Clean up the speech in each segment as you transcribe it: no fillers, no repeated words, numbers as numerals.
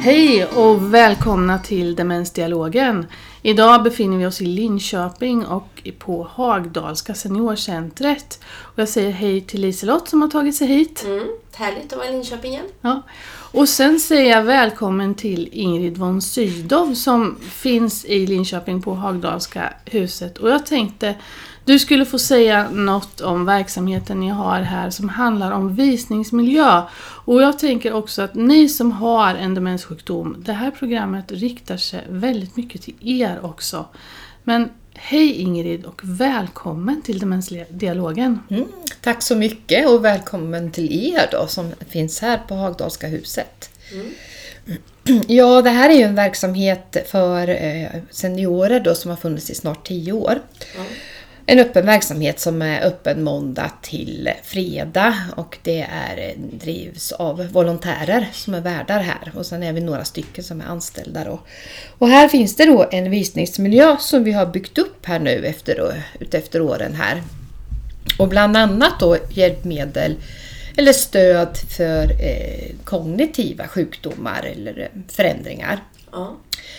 Hej och välkomna till Demensdialogen. Idag befinner vi oss i Linköping och på Hagdalska seniorcentret. Och jag säger hej till Liselott som har tagit sig hit. Härligt att vara i Linköping igen. Ja. Och sen säger jag välkommen till Ingrid von Sydow som finns i Linköping på Hagdalska huset. Och jag tänkte du skulle få säga något om verksamheten ni har här som handlar om visningsmiljö. Och jag tänker också att ni som har en demenssjukdom, det här programmet riktar sig väldigt mycket till er också. Men hej Ingrid och välkommen till Demensdialogen. Tack så mycket och välkommen till er då som finns här på Hagdalska huset. Ja, det här är ju en verksamhet för seniorer då som har funnits i snart 10 år. En öppen verksamhet som är öppen måndag till fredag och det drivs av volontärer som är värdar här och sen är vi några stycken som är anställda då. Och här finns det då en visningsmiljö som vi har byggt upp här nu efter åren här. Och bland annat då hjälpmedel eller stöd för kognitiva sjukdomar eller förändringar. Ja.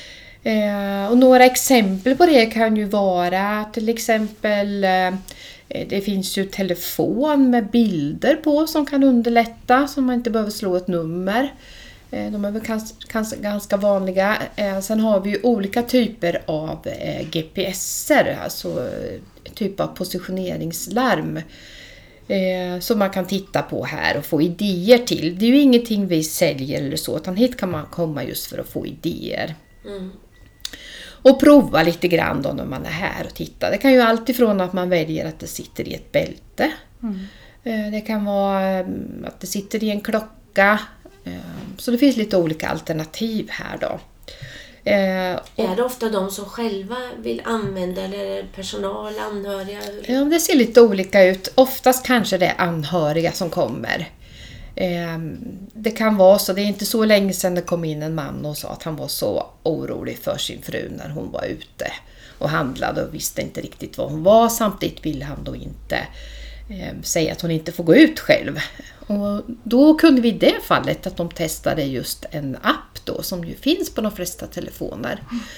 Och några exempel på det kan ju vara till exempel det finns ju telefon med bilder på som kan underlätta så man inte behöver slå ett nummer. De är väl ganska vanliga. Sen har vi ju olika typer av GPSer, alltså typ av positioneringslarm som man kan titta på här och få idéer till. Det är ju ingenting vi säljer eller så utan hit kan man komma just för att få idéer. Och prova lite grann då när man är här och tittar. Det kan ju alltid från att man väljer att det sitter i ett bälte. Det kan vara att det sitter i en klocka. Så det finns lite olika alternativ här då. Är det ofta de som själva vill använda eller personal, anhöriga? Ja, det ser lite olika ut. Oftast kanske det är anhöriga som kommer. Det kan vara så, det är inte så länge sedan det kom in en man och sa att han var så orolig för sin fru när hon var ute och handlade och visste inte riktigt vad hon var. Samtidigt ville han då inte säga att hon inte får gå ut själv. Och då kunde vi i det fallet att de testade just en app då som ju finns på de flesta telefoner.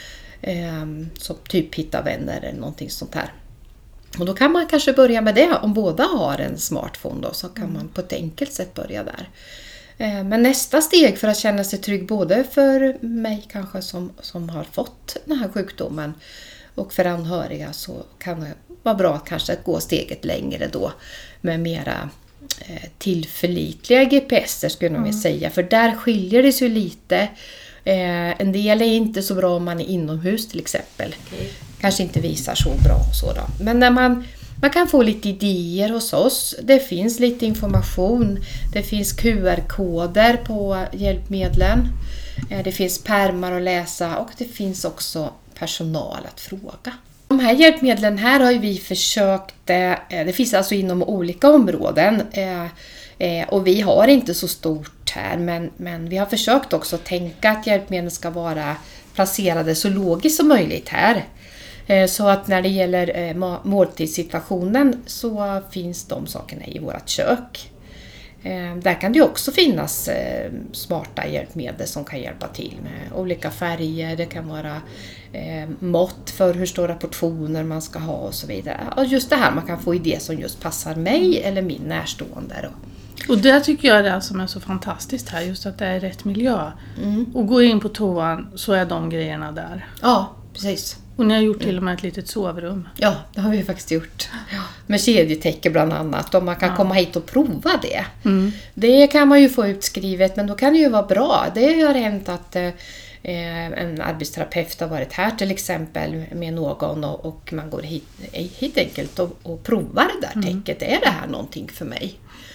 Som typ Hitta vänner eller någonting sånt här. Och då kan man kanske börja med det. Om båda har en smartphone då, så kan man på ett enkelt sätt börja där. Men nästa steg för att känna sig trygg både för mig kanske som har fått den här sjukdomen och för anhöriga så kan det vara bra kanske att gå steget längre då med mera tillförlitliga GPSer skulle jag vilja säga. För där skiljer det sig lite. En del är inte så bra om man är inomhus till exempel. Kanske inte visar så bra och så då. Men när man kan få lite idéer hos oss. Det finns lite information. Det finns QR-koder på hjälpmedlen. Det finns pärmar att läsa och det finns också personal att fråga. De här hjälpmedlen här har ju vi försökt, det finns alltså inom olika områden och vi har inte så stort här men vi har försökt också tänka att hjälpmedlen ska vara placerade så logiskt som möjligt här. Så att när det gäller måltidssituationen så finns de sakerna i vårt kök. Där kan det också finnas smarta hjälpmedel som kan hjälpa till med olika färger. Det kan vara mått för hur stora portioner man ska ha och så vidare. Och just det här man kan få idé som just passar mig eller min närstående. Och det tycker jag är det som är så fantastiskt här, just att det är rätt miljö. Och gå in på toan så är de grejerna där. Ja, precis. Och ni har gjort till och med ett litet sovrum. Ja, det har vi faktiskt gjort. Med kedjetäcke bland annat. Om man kan komma hit och prova det. Det kan man ju få utskrivet, men då kan det ju vara bra. Det har hänt att en arbetsterapeut har varit här till exempel med någon och man går hit enkelt och provar det där täcket. Är det här någonting för mig?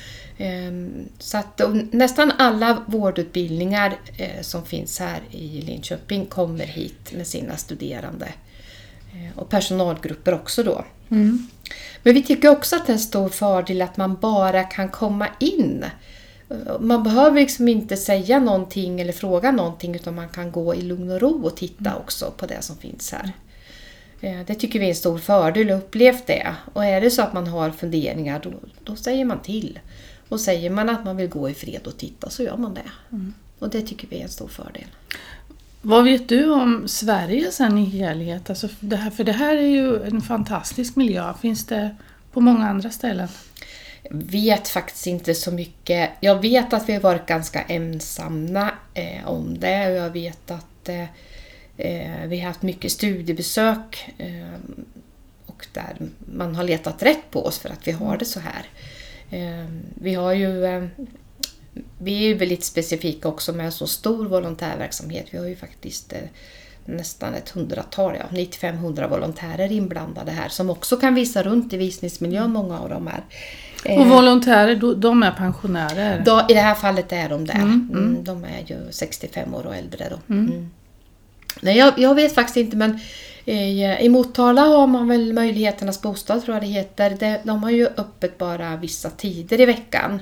Så att nästan alla vårdutbildningar som finns här i Linköping kommer hit med sina studerande och personalgrupper också då. Men vi tycker också att det är en stor fördel att man bara kan komma in. Man behöver liksom inte säga någonting eller fråga någonting utan man kan gå i lugn och ro och titta också på det som finns här. Det tycker vi är en stor fördel och upplevt det. Och är det så att man har funderingar då säger man till. Och säger man att man vill gå i fred och titta så gör man det. Och det tycker vi är en stor fördel. Vad vet du om Sverige sen i helhet? Alltså för det här är ju en fantastisk miljö. Finns det på många andra ställen? Jag vet faktiskt inte så mycket. Jag vet att vi har varit ganska ensamma om det. Och jag vet att vi har haft mycket studiebesök. Och där man har letat rätt på oss för att vi har det så här. Vi har ju... Vi är ju väldigt specifika också med så stor volontärverksamhet. Vi har ju faktiskt nästan 100-tal, 9500 volontärer inblandade här. Som också kan visa runt i visningsmiljön, många av dem är. Och volontärer, de är pensionärer? I det här fallet är de där. De är ju 65 år och äldre då. Nej, jag vet faktiskt inte, men i Motala har man väl Möjligheternas bostad, tror jag det heter. De har ju öppet bara vissa tider i veckan.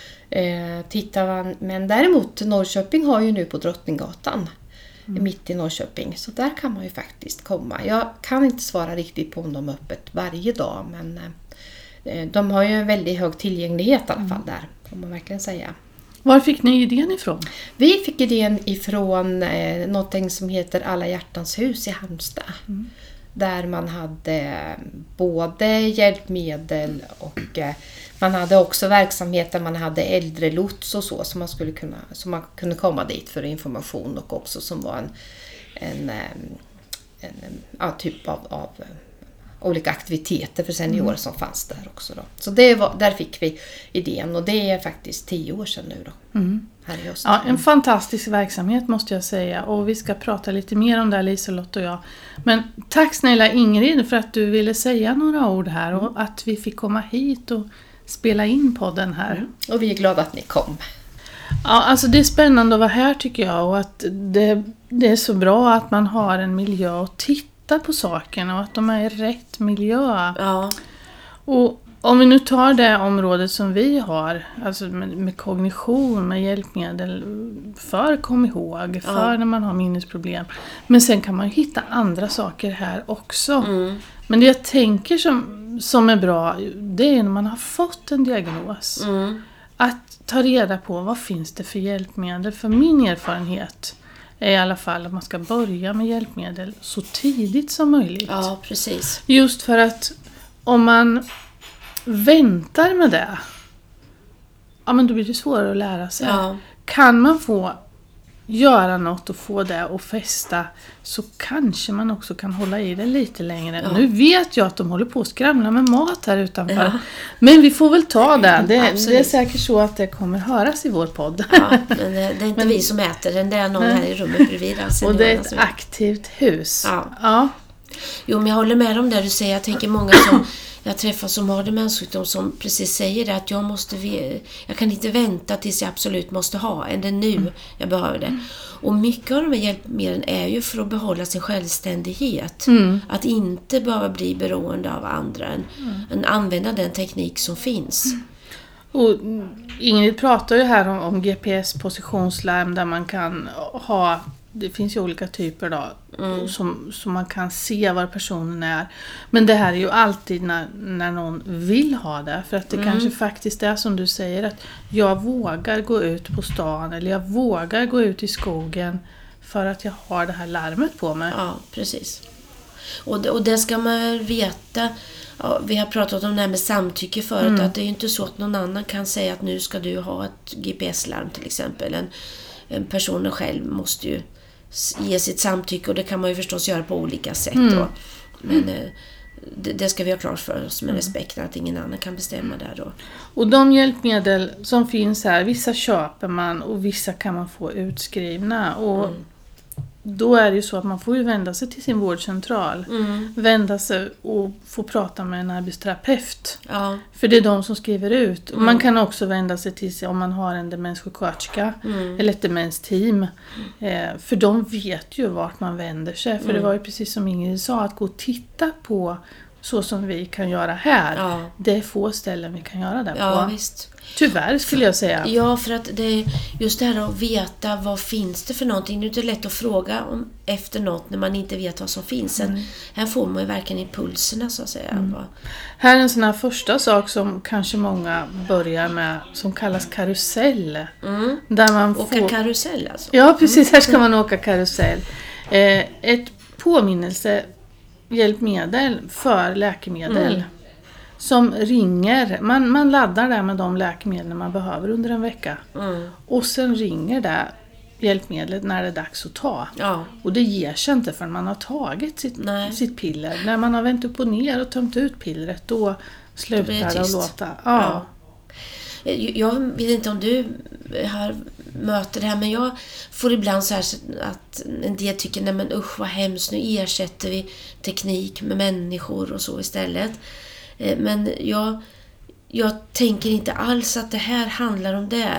Men däremot Norrköping har ju nu på Drottninggatan mitt i Norrköping, så där kan man ju faktiskt komma. Jag kan inte svara riktigt på om de är öppet varje dag, men de har ju en väldigt hög tillgänglighet i alla fall där, får man verkligen säga. Var fick ni idén ifrån? Vi fick idén ifrån någonting som heter Alla hjärtans hus i Halmstad. Där man hade både hjälpmedel och man hade också verksamhet där man hade äldrelots och så, som man kunde komma dit för information, och också som var en typ av olika aktiviteter för seniorer som fanns där också då. Så där fick vi idén, och det är faktiskt 10 år sedan nu då. Här i höst. Ja, en fantastisk verksamhet måste jag säga, och vi ska prata lite mer om det, Liselott och jag. Men tack snälla Ingrid för att du ville säga några ord här och att vi fick komma hit och spela in podden här. Och vi är glada att ni kom. Ja, alltså det är spännande att vara här tycker jag, och att det är så bra att man har en miljö att titta på sakerna och att de är i rätt miljö. Ja. Och om vi nu tar det området som vi har, alltså med kognition, med hjälpmedel för kom ihåg, för när man har minnesproblem. Men sen kan man ju hitta andra saker här också. Men det jag tänker som är bra, det är när man har fått en diagnos. Att ta reda på vad finns det för hjälpmedel. För min erfarenhet är i alla fall att man ska börja med hjälpmedel så tidigt som möjligt. Ja, precis. Just för att om man väntar med det, ja men då blir det svårare att lära sig. Ja. Kan man få göra något och få det att fästa, så kanske man också kan hålla i det lite längre. Nu vet jag att de håller på att skramla med mat här utanför. Ja. Men vi får väl ta det. Det är säkert så att det kommer höras i vår podd. Ja, men det är inte vi som äter den. Det är någon här i rummet bredvid. Alltså, och det är ett aktivt hus. Ja. Jo, men jag håller med om det du säger. Jag tänker många som jag träffar som har demenssjukdom som precis säger det, att jag kan inte vänta tills jag absolut måste ha än nu jag behöver det. Och mycket av de här hjälpmedlen är ju för att behålla sin självständighet. Att inte bara bli beroende av andra än använda den teknik som finns. Och Ingrid pratar ju här om GPS-positionslarm där man kan ha, det finns ju olika typer då, som man kan se var personen är. Men det här är ju alltid när någon vill ha det. För att det kanske faktiskt är som du säger, att jag vågar gå ut på stan eller jag vågar gå ut i skogen för att jag har det här larmet på mig. Ja, precis. Och det ska man veta. Ja, vi har pratat om det här med samtycke förut, att det är ju inte så att någon annan kan säga att nu ska du ha ett GPS-larm till exempel. En person själv måste ju ge sitt samtycke, och det kan man ju förstås göra på olika sätt då. Men det ska vi ha klart för oss med respekten att ingen annan kan bestämma där då. Och de hjälpmedel som finns här, vissa köper man och vissa kan man få utskrivna, och då är det ju så att man får ju vända sig till sin vårdcentral. Vända sig och få prata med en arbetsterapeut. Ja. För det är de som skriver ut. Och man kan också vända sig till sig om man har en demenssjuksköterska eller ett demensteam. För de vet ju vart man vänder sig. För det var ju precis som Ingrid sa, att gå och titta på så som vi kan göra här. Ja. Det är få ställen vi kan göra det Ja, på. visst. Tyvärr skulle jag säga. Ja, för att det är just det här att veta vad finns det för någonting. Det är inte lätt att fråga efter något när man inte vet vad som finns. Sen, här får man ju verkligen impulserna så att säga. Här är en sån här första sak som kanske många börjar med som kallas karusell. Där man Åka karusell alltså. Ja, precis. Här ska man åka karusell. Ett påminnelsehjälpmedel för läkemedel. Som ringer. Man laddar där med de läkemedel man behöver under en vecka. Och sen ringer det hjälpmedlet när det är dags att ta. Ja. Och det ger sig inte förrän man har tagit sitt piller. När man har vänt upp och ner och tömt ut pillret, då slutar det att låta. Ja. Jag vet inte om du har möter det här, men jag får ibland så här att en del tycker, nej men usch vad hemskt, nu ersätter vi teknik med människor och så istället. Men jag tänker inte alls att det här handlar om det.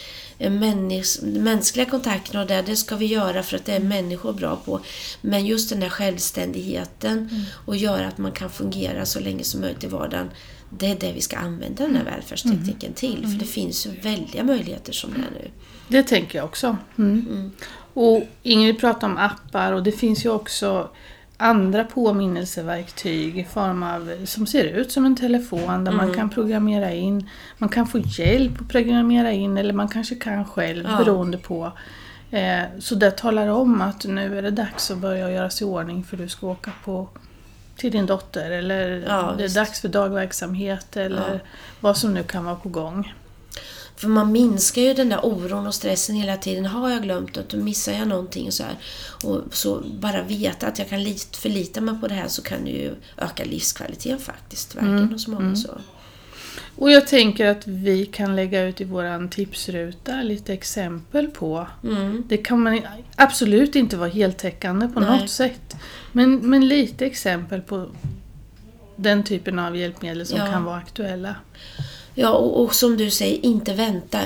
Mänskliga kontakter och det ska vi göra för att det är människor bra på. Men just den här självständigheten och göra att man kan fungera så länge som möjligt i vardagen, det är det vi ska använda den här välfärdstekniken till. För det finns ju väldiga möjligheter som det är nu. Det tänker jag också. Och Ingrid pratar om appar, och det finns ju också andra påminnelseverktyg i form av, som ser ut som en telefon där man kan programmera in. Man kan få hjälp att programmera in, eller man kanske kan själv beroende på. Så det talar om att nu är det dags att börja göra sig i ordning för du ska åka till din dotter, eller det är dags för dagverksamhet eller vad som nu kan vara på gång. För man minskar ju den där oron och stressen hela tiden. Har jag glömt att då missar jag någonting och så här. Och så bara veta att jag kan förlita mig på det här, så kan det ju öka livskvaliteten faktiskt. Verkligen hos många så. Och jag tänker att vi kan lägga ut i våran tipsruta lite exempel på. Det kan man absolut inte vara heltäckande på något sätt. Men lite exempel på den typen av hjälpmedel som kan vara aktuella. Ja, och som du säger, inte vänta.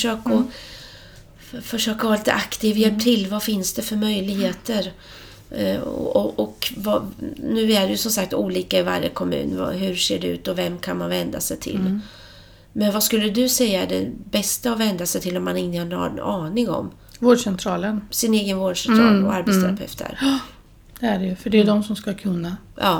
Försök ha lite aktiv hjälp till. Vad finns det för möjligheter? Nu är det ju som sagt olika i varje kommun. Hur ser det ut och vem kan man vända sig till? Men vad skulle du säga är det bästa att vända sig till om man inte har en aning om? Vårdcentralen. Sin egen vårdcentral och arbetsterapeuter. Det är det ju, för det är de som ska kunna. Ja.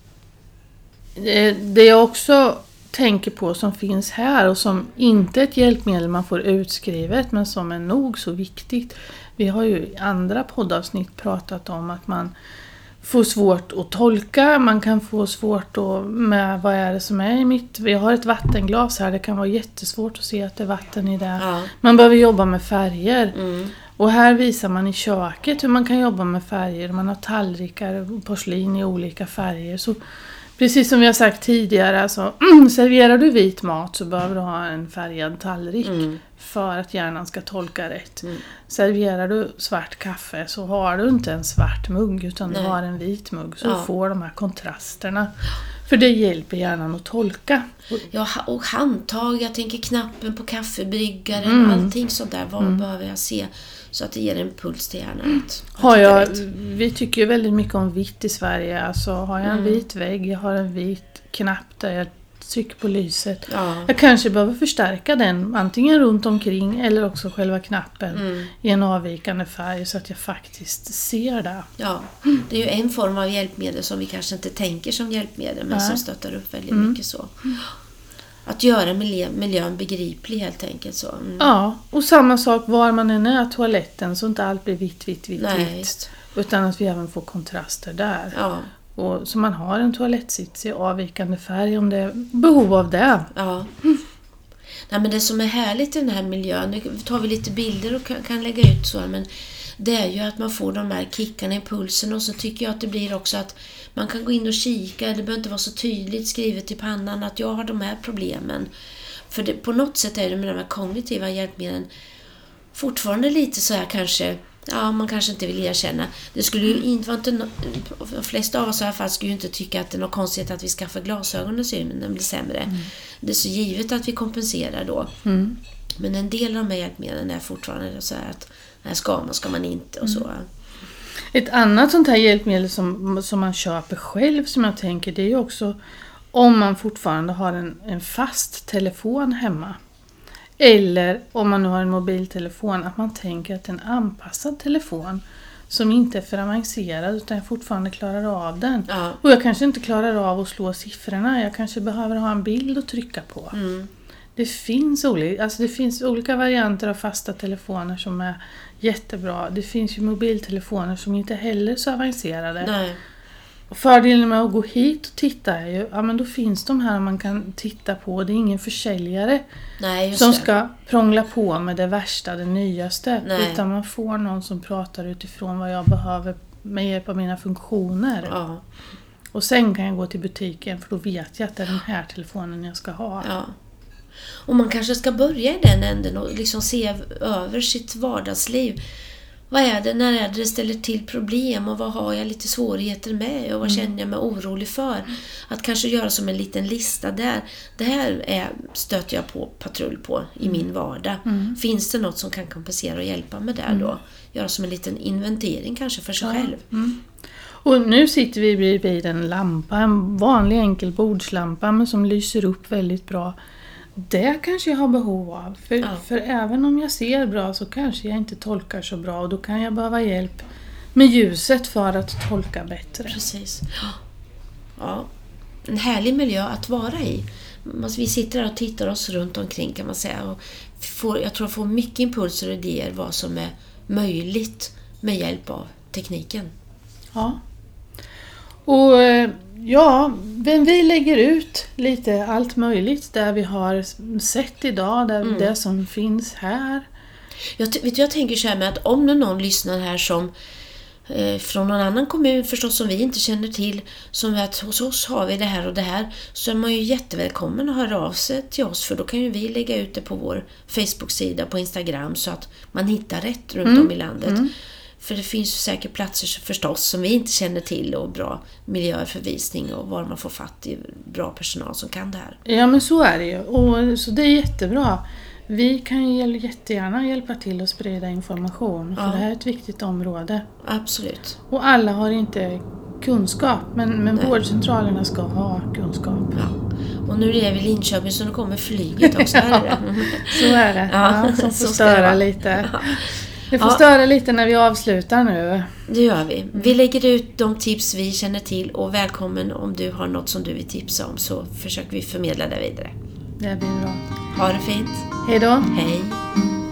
Det jag också tänker på som finns här och som inte är ett hjälpmedel man får utskrivet, men som är nog så viktigt. Vi har ju i andra poddavsnitt pratat om att man får svårt att tolka, man kan få svårt med vad är det som är i mitt. Vi har ett vattenglas här, det kan vara jättesvårt att se att det är vatten i det. Ja. Man behöver jobba med färger. Och här visar man i köket hur man kan jobba med färger. Man har tallrikar och porslin i olika färger. Så precis som vi har sagt tidigare, alltså, serverar du vit mat så behöver du ha en färgad tallrik för att hjärnan ska tolka rätt. Serverar du svart kaffe så har du inte en svart mugg utan du har en vit mugg, så du får de här kontrasterna. För det hjälper hjärnan att tolka. Ja, och handtag, jag tänker knappen på kaffebryggaren, allting sånt där, vad behöver jag se? Så att det ger en puls till hjärnan. Vi tycker ju väldigt mycket om vitt i Sverige. Alltså har jag en vit vägg, jag har en vit knapp där jag trycker på lyset. Ja. Jag kanske behöver förstärka den antingen runt omkring eller också själva knappen i en avvikande färg så att jag faktiskt ser det. Ja, det är ju en form av hjälpmedel som vi kanske inte tänker som hjälpmedel, men som stöttar upp väldigt mycket så. Att göra miljön begriplig helt enkelt så. Ja, och samma sak var man än är, toaletten, så inte allt blir vitt. Utan att vi även får kontraster där. Ja. Och så man har en toalettsits i avvikande färg om det är behov av det. Ja. Nej, men det som är härligt i den här miljön, nu tar vi lite bilder och kan lägga ut så, men det är ju att man får de här kickarna, impulsen, och så tycker jag att det blir också att man kan gå in och kika. Det behöver inte vara så tydligt skrivet i pannan att jag har de här problemen. För det, på något sätt är det med de här kognitiva hjälpmedlen fortfarande lite så här kanske, man kanske inte vill erkänna. Det skulle ju inte vara de flesta av oss i alla fall skulle ju inte tycka att det är något konstigt att vi skaffar glasögon och synen blir sämre. Det är så givet att vi kompenserar då. Men en del av de här hjälpmedlen är fortfarande så här att här ska man inte och så. Ett annat sånt här hjälpmedel som man köper själv som jag tänker, det är ju också om man fortfarande har en fast telefon hemma. Eller om man nu har en mobiltelefon, att man tänker att en anpassad telefon som inte är för avancerad utan jag fortfarande klarar av den. Ja. Och jag kanske inte klarar av att slå siffrorna, jag kanske behöver ha en bild att trycka på. Det finns olika varianter av fasta telefoner som är jättebra. Det finns ju mobiltelefoner som inte heller är så avancerade. Nej. Och fördelen med att gå hit och titta är ju, ja men då finns de här man kan titta på. Det är ingen försäljare som ska prångla på med det värsta, det nyaste. Nej. Utan man får någon som pratar utifrån vad jag behöver med hjälp av mina funktioner. Ja. Och sen kan jag gå till butiken för då vet jag att det är den här telefonen jag ska ha. Ja. Och man kanske ska börja i den änden och liksom se över sitt vardagsliv. Vad är det, när är det ställer till problem och vad har jag lite svårigheter med och vad känner jag mig orolig för? Att kanske göra som en liten lista där. Det här stöter jag på patrull på i min vardag. Finns det något som kan kompensera och hjälpa mig där då? Göra som en liten inventering kanske för sig själv. Och nu sitter vi bredvid en lampa, en vanlig enkel bordslampa men som lyser upp väldigt bra. Det kanske jag har behov av. För även om jag ser bra så kanske jag inte tolkar så bra. Och då kan jag behöva hjälp med ljuset för att tolka bättre. Precis. Ja. En härlig miljö att vara i. Vi sitter där och tittar oss runt omkring kan man säga. Och jag tror jag får mycket impulser och idéer vad som är möjligt med hjälp av tekniken. Ja. Och men vi lägger ut lite allt möjligt där vi har sett idag, det som finns här. Jag tänker så här med att om någon lyssnar här som från någon annan kommun förstås som vi inte känner till, som att hos oss har vi det här och det här, så är man ju jättevälkommen att höra av sig till oss, för då kan ju vi lägga ut det på vår Facebook-sida på Instagram så att man hittar rätt runt om i landet. För det finns ju säkert platser förstås som vi inte känner till och bra miljöer för visning och var man får fatt i bra personal som kan det här. Ja men så är det ju. Och så det är jättebra. Vi kan ju jättegärna hjälpa till att sprida information. För det här är ett viktigt område. Absolut. Och alla har inte kunskap. Men vårdcentralerna ska ha kunskap. Ja. Och nu är vi i Linköping så nu kommer flyget också. Här. Så är det. Ja, som får störa lite. Ja. Vi får störa lite när vi avslutar nu. Det gör vi. Vi lägger ut de tips vi känner till och välkommen om du har något som du vill tipsa om så försöker vi förmedla det vidare. Det blir bra. Ha det fint. Hej då. Hej.